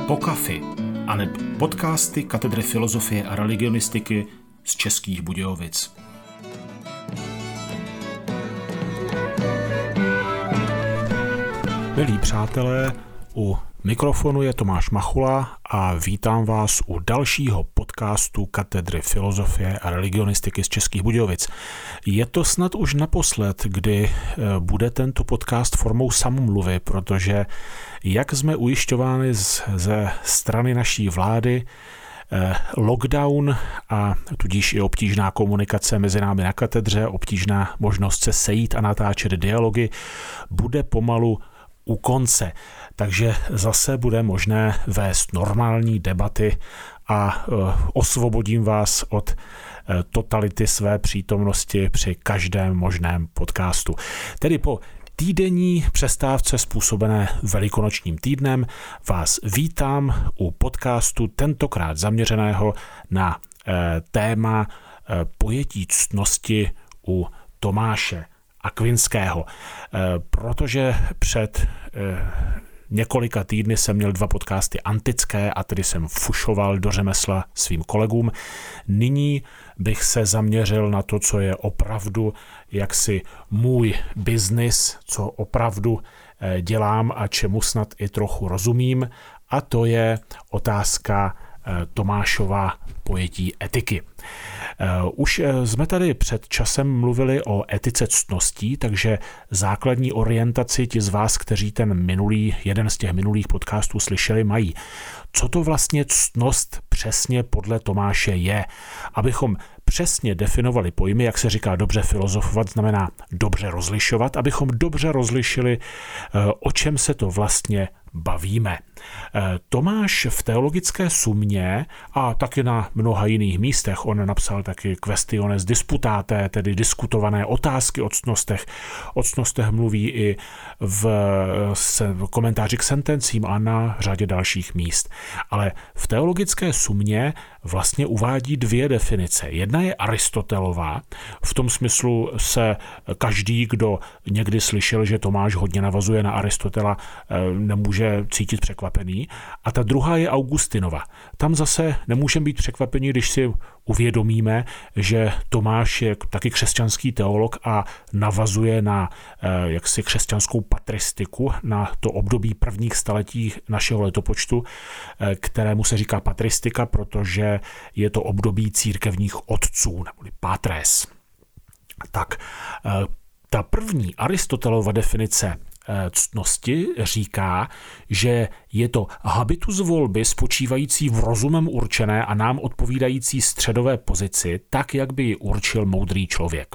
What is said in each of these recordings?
Pokafy, aneb podcasty Katedry filozofie a religionistiky z Českých Budějovic. Milí přátelé, u mikrofonu je Tomáš Machula a vítám vás u dalšího podcastu Katedry filozofie a religionistiky z Českých Budějovic. Je to snad už naposled, kdy bude tento podcast formou samomluvy, protože jak jsme ujišťováni ze strany naší vlády, lockdown a tudíž i obtížná komunikace mezi námi na katedře, obtížná možnost se sejít a natáčet dialogy, bude pomalu u konce. Takže zase bude možné vést normální debaty a osvobodím vás od totality své přítomnosti při každém možném podcastu. Tedy po týdenní přestávce způsobené velikonočním týdnem vás vítám u podcastu, tentokrát zaměřeného na téma pojetí ctnosti u Tomáše Akvinského, protože před několika týdny jsem měl 2 podcasty antické a tedy jsem fušoval do řemesla svým kolegům. Nyní bych se zaměřil na to, co je opravdu jaksi můj biznis, co opravdu dělám a čemu snad i trochu rozumím, a to je otázka Tomášova pojetí etiky. Už jsme tady před časem mluvili o etice ctností, takže základní orientaci ti z vás, kteří jeden z těch minulých podcastů slyšeli, mají. Co to vlastně ctnost přesně podle Tomáše je? Abychom přesně definovali pojmy, jak se říká, dobře filozofovat znamená dobře rozlišovat, abychom dobře rozlišili, o čem se to vlastně bavíme. Tomáš v teologické sumě a taky na mnoha jiných místech, on napsal taky questiones disputate, tedy diskutované otázky o ctnostech. O ctnostech mluví i v komentáři k sentencím a na řadě dalších míst. Ale v teologické sumě vlastně uvádí 2 definice. Jedna je Aristotelová, v tom smyslu se každý, kdo někdy slyšel, že Tomáš hodně navazuje na Aristotela, nemůže cítit překvapený. A ta druhá je Augustinova. Tam zase nemůžeme být překvapení, když si uvědomíme, že Tomáš je taky křesťanský teolog a navazuje na jaksi křesťanskou patristiku, na to období prvních staletí našeho letopočtu, kterému se říká patristika, protože je to období církevních otců, neboli patres. Tak ta první Aristotelova definice ctnosti říká, že je to habitus volby spočívající v rozumem určené a nám odpovídající středové pozici, tak, jak by ji určil moudrý člověk.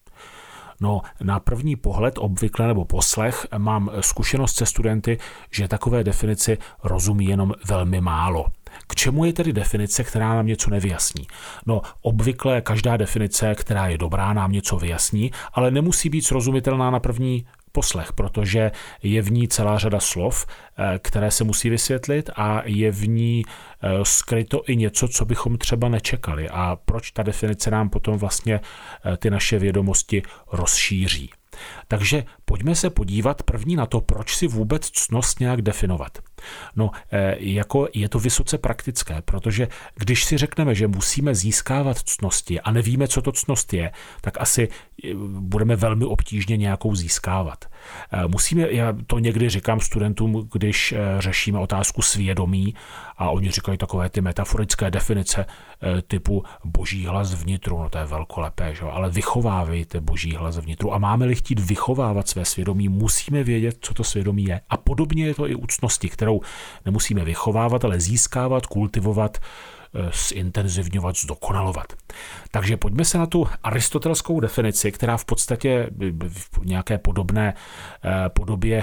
No, na první pohled obvykle nebo poslech mám zkušenost se studenty, že takové definici rozumí jenom velmi málo. K čemu je tedy definice, která nám něco nevyjasní? No, obvykle každá definice, která je dobrá, nám něco vyjasní, ale nemusí být srozumitelná na první poslech, protože je v ní celá řada slov, které se musí vysvětlit, a je v ní skryto i něco, co bychom třeba nečekali, a proč ta definice nám potom vlastně ty naše vědomosti rozšíří. Takže pojďme se podívat první na to, proč si vůbec ctnost nějak definovat. No, je to vysoce praktické, protože když si řekneme, že musíme získávat ctnosti a nevíme, co to ctnost je, tak asi budeme velmi obtížně nějakou získávat. Já to někdy říkám studentům, když řešíme otázku svědomí a oni říkají takové ty metaforické definice typu boží hlas vnitru, no to je velkolepé, že? Ale vychovávejte boží hlas vnitru, a máme-li chtít vychovávat své svědomí, musíme vědět, co to svědomí je. A podobně je to i u ctnosti, kterou nemusíme vychovávat, ale získávat, kultivovat, zintenzivňovat, zdokonalovat. Takže pojďme se na tu aristotelskou definici, která v podstatě v nějaké podobné podobě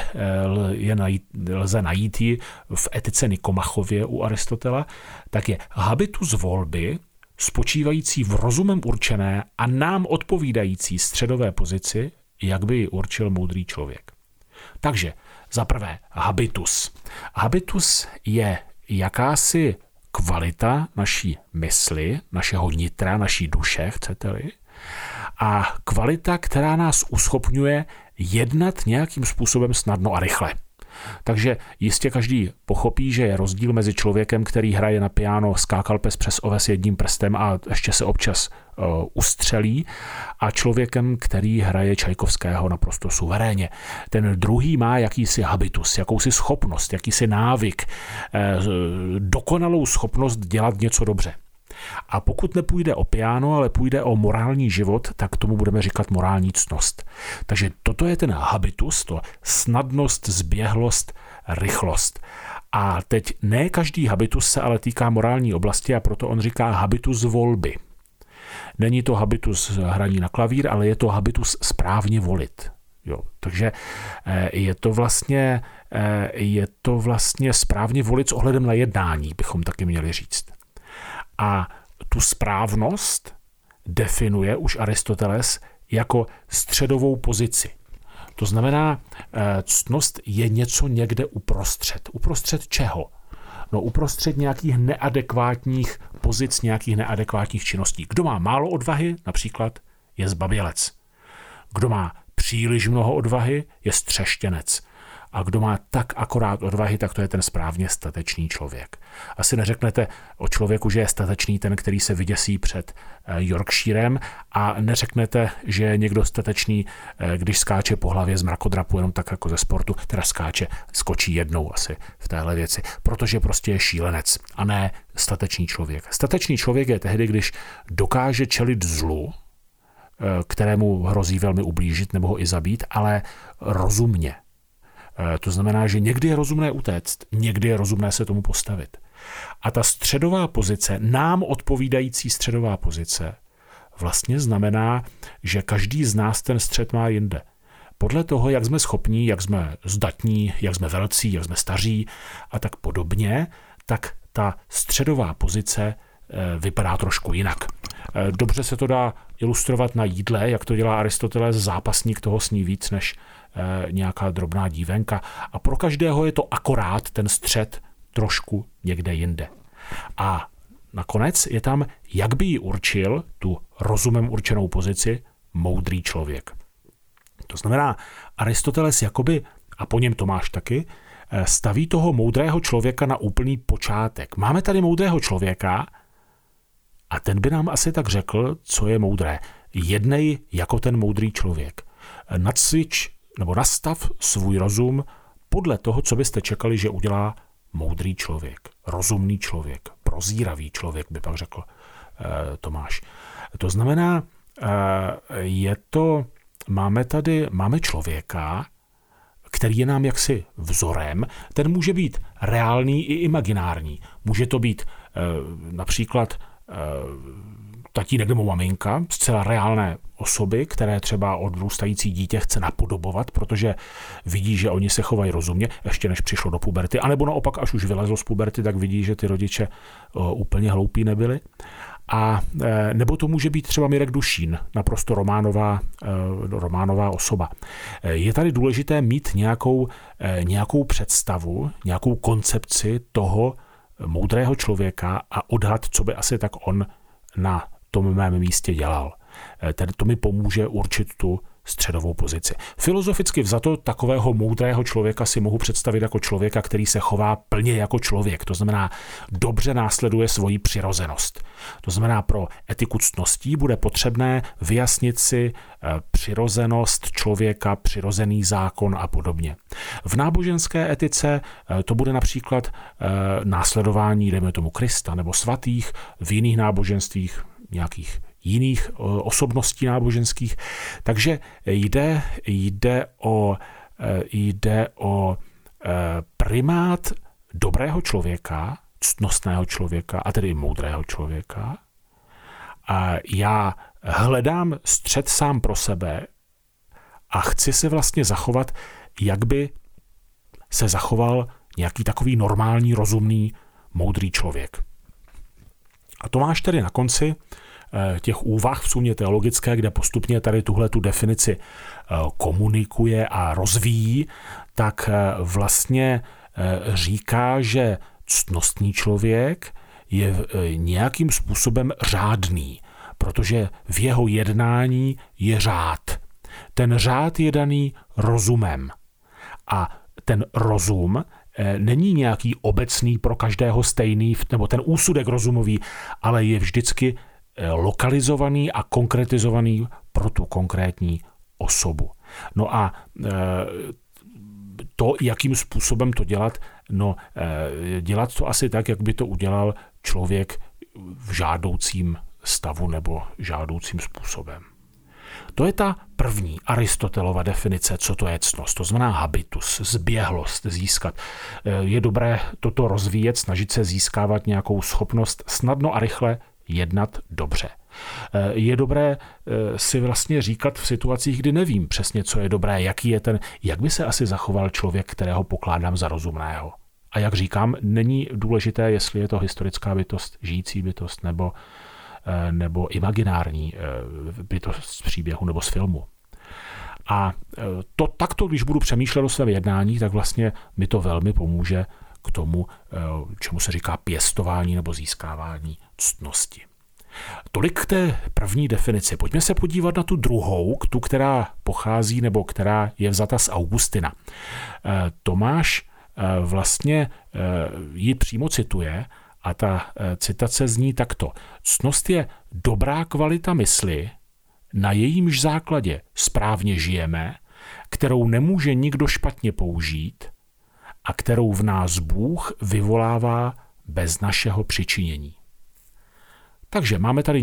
lze najít ji v etice Nikomachově u Aristotela, tak je habitus volby spočívající v rozumem určené a nám odpovídající středové pozici, jak by ji určil moudrý člověk. Takže za prvé habitus. Habitus je jakási kvalita naší mysli, našeho nitra, naší duše, chcete-li, a kvalita, která nás uschopňuje jednat nějakým způsobem snadno a rychle. Takže jistě každý pochopí, že je rozdíl mezi člověkem, který hraje na piano skákal pes přes oves jedním prstem a ještě se občas ustřelí, a člověkem, který hraje Čajkovského naprosto suverénně. Ten druhý má jakýsi habitus, jakousi schopnost, jakýsi návyk, dokonalou schopnost dělat něco dobře. A pokud nepůjde o piano, ale půjde o morální život, tak tomu budeme říkat morální ctnost. Takže toto je ten habitus, to snadnost, zběhlost, rychlost. A teď ne každý habitus se ale týká morální oblasti, a proto on říká habitus volby. Není to habitus hraní na klavír, ale je to habitus správně volit. Jo, takže je to vlastně správně volit s ohledem na jednání, bychom taky měli říct. A tu správnost definuje už Aristoteles jako středovou pozici. To znamená, ctnost je něco někde uprostřed. Uprostřed čeho? No uprostřed nějakých neadekvátních pozic, nějakých neadekvátních činností. Kdo má málo odvahy, například, je zbabělec. Kdo má příliš mnoho odvahy, je střeštěnec. A kdo má tak akorát odvahy, tak to je ten správně statečný člověk. Asi neřeknete o člověku, že je statečný ten, který se vyděsí před Yorkshirem, a neřeknete, že je někdo statečný, když skáče po hlavě z mrakodrapu, jenom tak jako ze sportu, teda skočí jednou asi v téhle věci, protože prostě je šílenec a ne statečný člověk. Statečný člověk je tehdy, když dokáže čelit zlu, kterému hrozí velmi ublížit nebo ho i zabít, ale rozumně. To znamená, že někdy je rozumné utéct, někdy je rozumné se tomu postavit. A ta středová pozice, nám odpovídající středová pozice, vlastně znamená, že každý z nás ten střed má jinde. Podle toho, jak jsme schopní, jak jsme zdatní, jak jsme velcí, jak jsme staří a tak podobně, tak ta středová pozice vypadá trošku jinak. Dobře se to dá ilustrovat na jídle, jak to dělá Aristoteles, zápasník toho sní víc než nějaká drobná dívenka. A pro každého je to akorát ten střed trošku někde jinde. A nakonec je tam, jak by ji určil, tu rozumem určenou pozici, moudrý člověk. To znamená, Aristoteles jakoby, a po něm Tomáš taky, staví toho moudrého člověka na úplný počátek. Máme tady moudrého člověka a ten by nám asi tak řekl, co je moudré. Jednej jako ten moudrý člověk. Nacvič nebo nastav svůj rozum podle toho, co byste čekali, že udělá moudrý člověk, rozumný člověk, prozíravý člověk, by pak řekl Tomáš. To znamená, máme člověka, který je nám jaksi vzorem, ten může být reálný i imaginární. Může to být například tatínek nebo maminka, zcela reálné osoby, které třeba odrůstající dítě chce napodobovat, protože vidí, že oni se chovají rozumně, ještě než přišlo do puberty, anebo naopak, až už vylezlo z puberty, tak vidí, že ty rodiče úplně hloupí nebyli. A nebo to může být třeba Mirek Dušín, naprosto románová osoba. Je tady důležité mít nějakou představu, nějakou koncepci toho moudrého člověka a odhad, co by asi tak on na tom mém místě dělal. Tedy to mi pomůže určit tu středovou pozici. Filozoficky vzato takového moudrého člověka si mohu představit jako člověka, který se chová plně jako člověk. To znamená, dobře následuje svoji přirozenost. To znamená, pro etiku ctností bude potřebné vyjasnit si přirozenost člověka, přirozený zákon a podobně. V náboženské etice to bude například následování, dejme tomu, Krista nebo svatých, v jiných náboženstvích nějakých jiných osobností náboženských. Takže jde o primát dobrého člověka, ctnostného člověka, a tedy moudrého člověka. A já hledám střed sám pro sebe a chci se vlastně zachovat, jak by se zachoval nějaký takový normální, rozumný, moudrý člověk. A Tomáš tedy na konci těch úvah v sumě teologické, kde postupně tady tuhletu definici komunikuje a rozvíjí, tak vlastně říká, že ctnostný člověk je nějakým způsobem řádný, protože v jeho jednání je řád. Ten řád je daný rozumem. A ten rozum není nějaký obecný pro každého stejný, nebo ten úsudek rozumový, ale je vždycky lokalizovaný a konkretizovaný pro tu konkrétní osobu. No a to, jakým způsobem to dělat, dělat to asi tak, jak by to udělal člověk v žádoucím stavu nebo žádoucím způsobem. To je ta první Aristotelova definice, co to je ctnost. To znamená habitus, zběhlost, získat. Je dobré toto rozvíjet, snažit se získávat nějakou schopnost snadno a rychle jednat dobře. Je dobré si vlastně říkat v situacích, kdy nevím přesně, co je dobré, jak by se asi zachoval člověk, kterého pokládám za rozumného. A jak říkám, není důležité, jestli je to historická bytost, žijící bytost nebo imaginární bytost z příběhu nebo z filmu. A takto, když budu přemýšlet o svém jednání, tak vlastně mi to velmi pomůže k tomu, čemu se říká pěstování nebo získávání ctnosti. Tolik k té první definici. Pojďme se podívat na tu druhou, tu, která pochází nebo která je vzata z Augustina. Tomáš vlastně ji přímo cituje a ta citace zní takto. Ctnost je dobrá kvalita mysli, na jejímž základě správně žijeme, kterou nemůže nikdo špatně použít a kterou v nás Bůh vyvolává bez našeho přičinění. Takže máme tady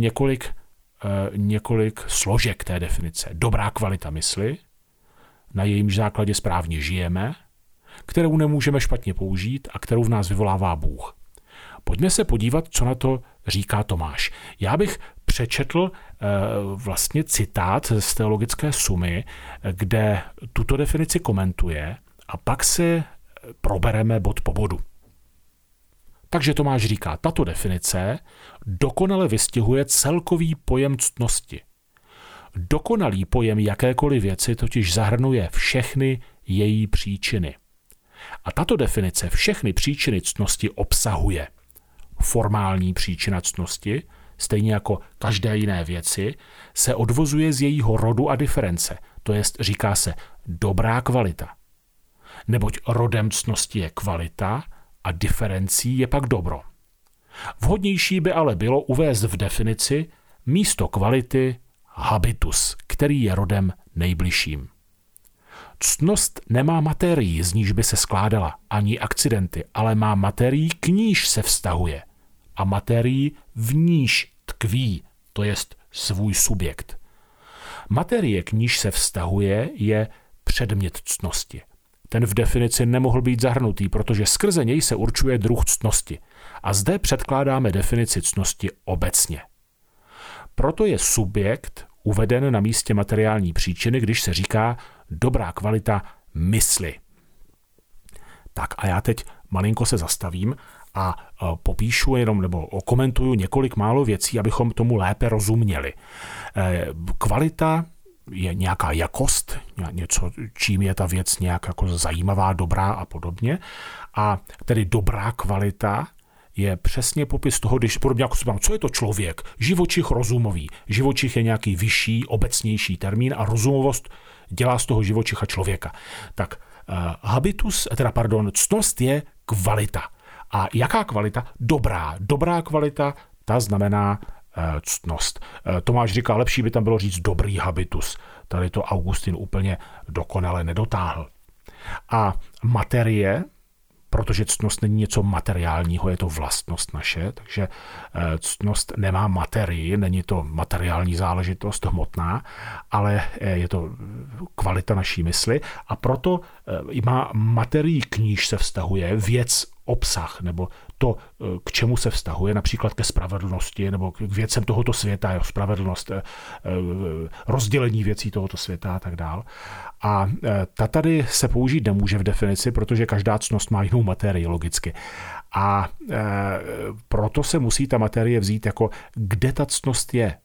několik složek té definice. Dobrá kvalita mysli, na jejímž základě správně žijeme, kterou nemůžeme špatně použít a kterou v nás vyvolává Bůh. Pojďme se podívat, co na to říká Tomáš. Já bych přečetl vlastně citát z Teologické sumy, kde tuto definici komentuje a pak se probereme bod po bodu. Takže Tomáš říká, tato definice dokonale vystihuje celkový pojem ctnosti. Dokonalý pojem jakékoliv věci totiž zahrnuje všechny její příčiny. A tato definice všechny příčiny ctnosti obsahuje. Formální příčina ctnosti, stejně jako každé jiné věci, se odvozuje z jejího rodu a diference, to jest říká se dobrá kvalita. Neboť rodem ctnosti je kvalita a diferencí je pak dobro. Vhodnější by ale bylo uvést v definici místo kvality habitus, který je rodem nejbližším. Ctnost nemá materii, z níž by se skládala, ani akcidenty, ale má materii, k níž se vztahuje. A materii v níž tkví, to jest svůj subjekt. Materie, k níž se vztahuje, je předmět ctnosti. Ten v definici nemohl být zahrnutý, protože skrze něj se určuje druh ctnosti. A zde předkládáme definici ctnosti obecně. Proto je subjekt uveden na místě materiální příčiny, když se říká dobrá kvalita mysli. Tak a já teď malinko se zastavím a popíšu jenom nebo okomentuju několik málo věcí, abychom tomu lépe rozuměli. Kvalita je nějaká jakost, něco, čím je ta věc nějak jako zajímavá, dobrá a podobně. A tedy dobrá kvalita je přesně popis toho, když podobně jako se co je to člověk? Živočich rozumový. Živočich je nějaký vyšší, obecnější termín a rozumovost dělá z toho živočicha člověka. Tak ctnost je kvalita. A jaká kvalita? Dobrá. Dobrá kvalita, ta znamená ctnost. Tomáš říká, lepší by tam bylo říct dobrý habitus. Tady to Augustin úplně dokonale nedotáhl. A materie, protože ctnost není něco materiálního, je to vlastnost naše, takže ctnost nemá materii, není to materiální záležitost hmotná, ale je to kvalita naší mysli a proto má materii, k níž se vztahuje věc, obsah, nebo to, k čemu se vztahuje, například ke spravedlnosti, nebo k věcem tohoto světa, spravedlnost, rozdělení věcí tohoto světa a tak dál. A ta tady se použít nemůže v definici, protože každá ctnost má jinou materii logicky. A proto se musí ta materie vzít jako, kde ta ctnost je,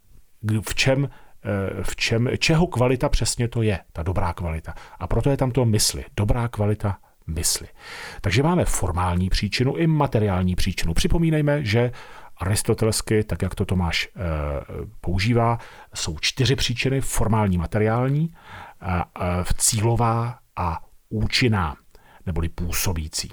čeho kvalita přesně to je, ta dobrá kvalita. A proto je tam to mysli, dobrá kvalita mysli. Takže máme formální příčinu i materiální příčinu. Připomínejme, že aristotelsky, tak jak to Tomáš používá, jsou 4 příčiny, formální, materiální, cílová a účinná. neboli působící.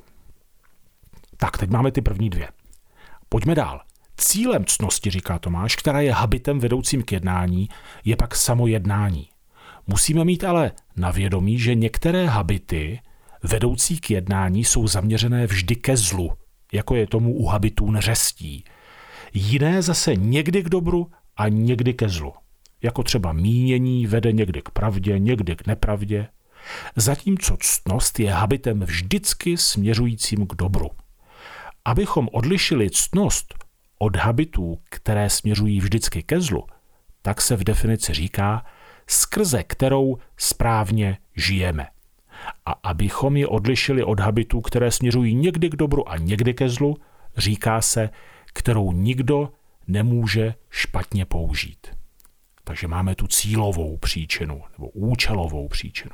Tak, teď máme ty první dvě. Pojďme dál. Cílem ctnosti, říká Tomáš, která je habitem vedoucím k jednání, je pak samo jednání. Musíme mít ale na vědomí, že některé habity vedoucí k jednání jsou zaměřené vždy ke zlu, jako je tomu u habitů neřestí. Jiné zase někdy k dobru a někdy ke zlu. Jako třeba mínění vede někdy k pravdě, někdy k nepravdě. Zatímco ctnost je habitem vždycky směřujícím k dobru. Abychom odlišili ctnost od habitů, které směřují vždycky ke zlu, tak se v definici říká, skrze kterou správně žijeme. A abychom je odlišili od habitů, které směřují někdy k dobru a někdy ke zlu, říká se, kterou nikdo nemůže špatně použít. Takže máme tu cílovou příčinu nebo účelovou příčinu.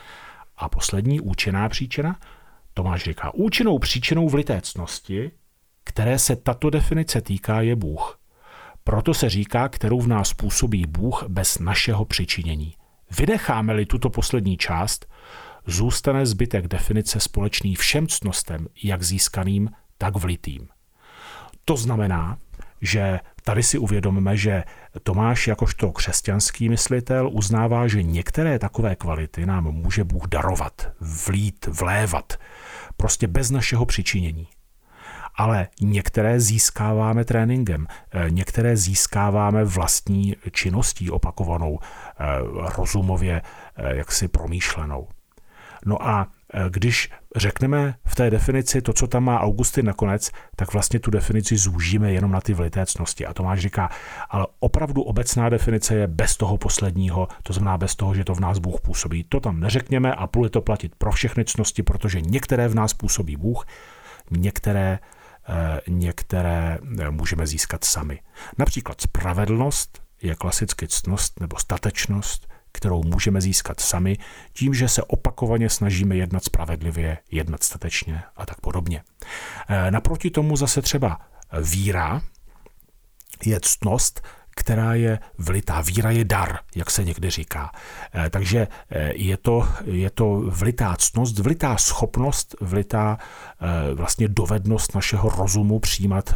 A poslední účinná příčina, Tomáš říká, účinnou příčinou vlité ctnosti, které se tato definice týká, je Bůh. Proto se říká, kterou v nás působí Bůh bez našeho přičinění. Vynecháme-li tuto poslední část, zůstane zbytek definice společný všem ctnostem, jak získaným, tak vlitým. To znamená, že tady si uvědomíme, že Tomáš jakožto křesťanský myslitel uznává, že některé takové kvality nám může Bůh darovat, vlít, vlévat, prostě bez našeho přičinění. Ale některé získáváme tréninkem, některé získáváme vlastní činností opakovanou, rozumově jaksi promýšlenou. No a když řekneme v té definici to, co tam má Augustin nakonec, tak vlastně tu definici zúžíme jenom na ty vlité ctnosti. A Tomáš říká, ale opravdu obecná definice je bez toho posledního, to znamená bez toho, že to v nás Bůh působí. To tam neřekněme a bude to platit pro všechny ctnosti, protože některé v nás působí Bůh, některé můžeme získat sami. Například spravedlnost je klasicky ctnost nebo statečnost, kterou můžeme získat sami tím, že se opakovaně snažíme jednat spravedlivě, jednat statečně a tak podobně. Naproti tomu zase třeba víra je ctnost, která je vlitá. Víra je dar, jak se někdy říká. Takže je to vlitá ctnost, vlitá schopnost, vlitá vlastně dovednost našeho rozumu přijímat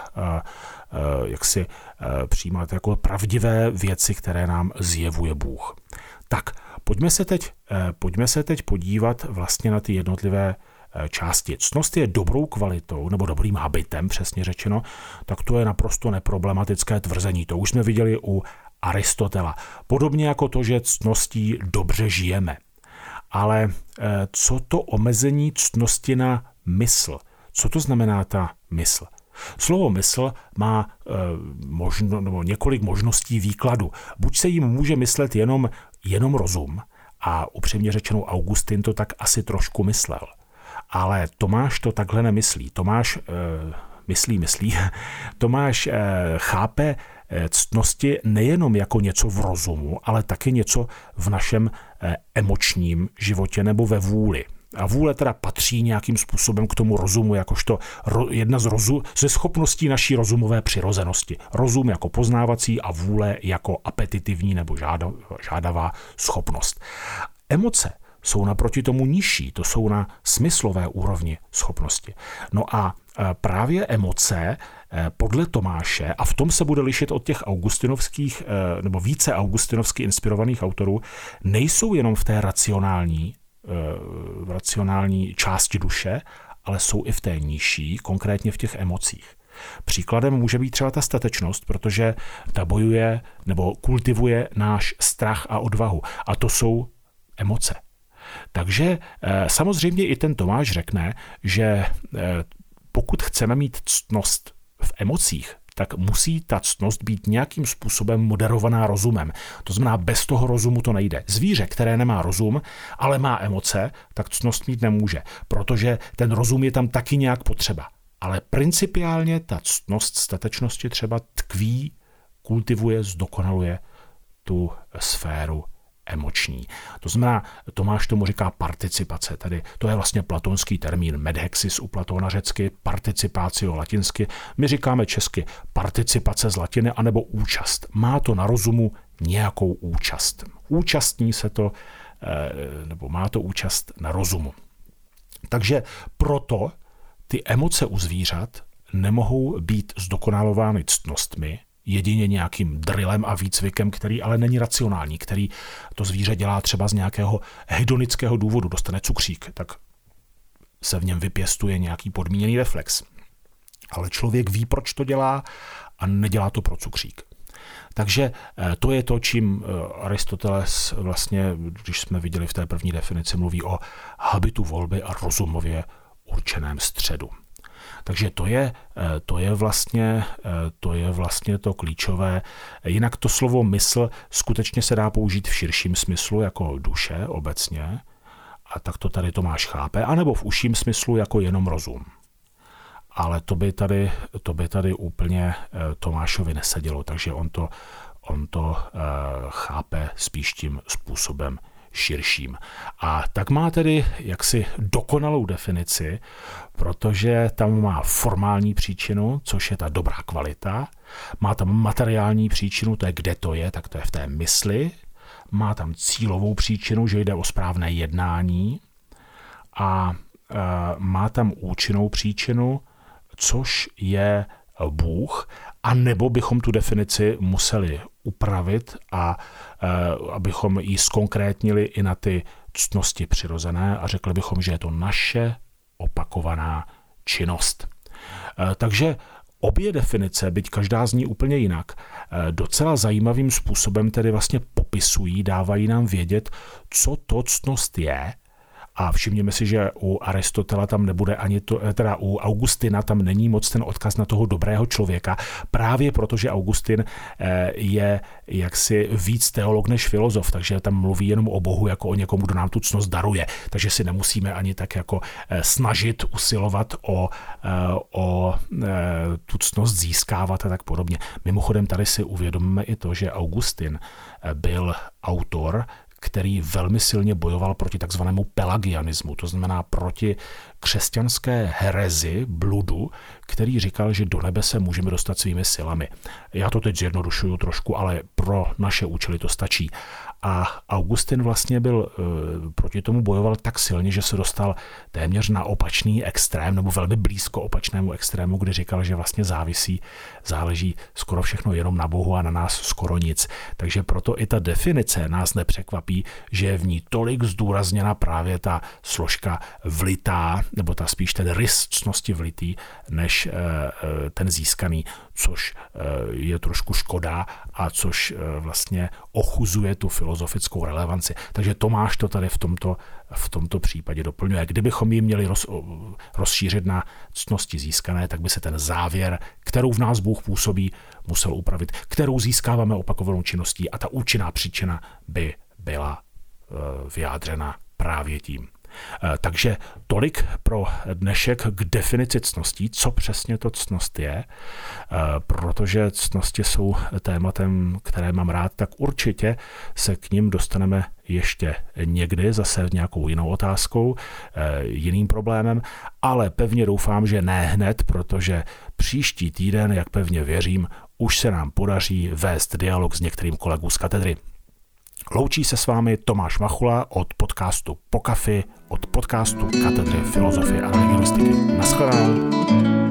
přijímat jako pravdivé věci, které nám zjevuje Bůh. Tak, pojďme se teď podívat vlastně na ty jednotlivé části. Ctnost je dobrou kvalitou nebo dobrým habitem, přesně řečeno, tak to je naprosto neproblematické tvrzení. To už jsme viděli u Aristotela. Podobně jako to, že ctností dobře žijeme. Ale co to omezení ctnosti na mysl? Co to znamená ta mysl? Slovo mysl má několik možností výkladu. Buď se jim může myslet jenom rozum, a upřímně řečeno Augustin to tak asi trošku myslel. Ale Tomáš to takhle nemyslí. Tomáš Tomáš chápe ctnosti nejenom jako něco v rozumu, ale taky něco v našem emočním životě nebo ve vůli. A vůle teda patří nějakým způsobem k tomu rozumu, jakožto jedna ze schopností naší rozumové přirozenosti. Rozum jako poznávací a vůle jako apetitivní nebo žádavá schopnost. Emoce jsou naproti tomu nižší, to jsou na smyslové úrovni schopnosti. No a právě emoce podle Tomáše, a v tom se bude lišit od těch augustinovských nebo více augustinovsky inspirovaných autorů, nejsou jenom v té racionální části duše, ale jsou i v té nižší, konkrétně v těch emocích. Příkladem může být třeba ta statečnost, protože ta bojuje nebo kultivuje náš strach a odvahu. A to jsou emoce. Takže samozřejmě i ten Tomáš řekne, že pokud chceme mít ctnost v emocích, tak musí ta ctnost být nějakým způsobem moderovaná rozumem. To znamená, bez toho rozumu to nejde. Zvíře, které nemá rozum, ale má emoce, tak ctnost mít nemůže, protože ten rozum je tam taky nějak potřeba. Ale principiálně ta ctnost statečnosti třeba tkví, kultivuje, zdokonaluje tu sféru emoční. To znamená, Tomáš tomu říká participace, tedy to je vlastně platonský termín, medhexis u Platona řecky, participatio latinsky, my říkáme česky participace z latiny, anebo účast. Má to na rozumu nějakou účast. Účastní se to, nebo má to účast na rozumu. Takže proto ty emoce u zvířat nemohou být zdokonalovány ctnostmi, jedině nějakým drillem a výcvikem, který ale není racionální, který to zvíře dělá třeba z nějakého hedonického důvodu, dostane cukřík, tak se v něm vypěstuje nějaký podmíněný reflex. Ale člověk ví, proč to dělá a nedělá to pro cukřík. Takže to je to, čím Aristoteles vlastně, když jsme viděli v té první definici, mluví o habitu volby a rozumově určeném středu. Takže to je vlastně to klíčové. Jinak to slovo mysl skutečně se dá použít v širším smyslu jako duše obecně, a tak to tady Tomáš chápe, anebo v užším smyslu jako jenom rozum. Ale to by tady úplně Tomášovi nesedělo, takže on to chápe spíš tím způsobem širším. A tak má tedy jaksi dokonalou definici, protože tam má formální příčinu, což je ta dobrá kvalita, má tam materiální příčinu, to je kde to je, tak to je v té mysli, má tam cílovou příčinu, že jde o správné jednání a má tam účinnou příčinu, což je Bůh, a nebo bychom tu definici museli upravit a abychom ji zkonkrétnili i na ty ctnosti přirozené a řekli bychom, že je to naše opakovaná činnost. Takže obě definice, byť každá zní úplně jinak, docela zajímavým způsobem tedy vlastně popisují, dávají nám vědět, co to ctnost je. A všimněme si, že u Aristotela tam nebude ani to, teda u Augustina tam není moc ten odkaz na toho dobrého člověka, právě protože Augustin je jaksi víc teolog než filozof, takže tam mluví jenom o Bohu jako o někomu, kdo nám tu ctnost daruje, takže si nemusíme ani tak jako snažit, usilovat o tu ctnost získávat a tak podobně. Mimochodem tady si uvědomíme i to, že Augustin byl autor, který velmi silně bojoval proti takzvanému pelagianismu, to znamená proti křesťanské herezi, bludu, který říkal, že do nebe se můžeme dostat svými silami. Já to teď zjednodušuju trošku, ale pro naše účely to stačí. A Augustin vlastně proti tomu bojoval tak silně, že se dostal téměř na opačný extrém, nebo velmi blízko opačnému extrému, kdy říkal, že vlastně záleží skoro všechno jenom na Bohu a na nás skoro nic. Takže proto i ta definice nás nepřekvapí, že je v ní tolik zdůrazněna právě ta složka vlitá, nebo ta spíš ten rys ctnosti vlitý, než ten získaný, což je trošku škoda a což vlastně ochuzuje tu filozofickou relevanci. Takže Tomáš to tady v tomto případě doplňuje. Kdybychom ji měli rozšířit na ctnosti získané, tak by se ten závěr, kterou v nás Bůh působí, musel upravit, kterou získáváme opakovanou činností, a ta účinná příčina by byla vyjádřena právě tím. Takže tolik pro dnešek k definici ctností, co přesně to ctnost je, protože ctnosti jsou tématem, které mám rád, tak určitě se k nim dostaneme ještě někdy, zase nějakou jinou otázkou, jiným problémem, ale pevně doufám, že ne hned, protože příští týden, jak pevně věřím, už se nám podaří vést dialog s některým kolegou z katedry. Loučí se s vámi Tomáš Machula od podcastu Po kafi, od podcastu Katedry filozofie a religionistiky. Naschledanou.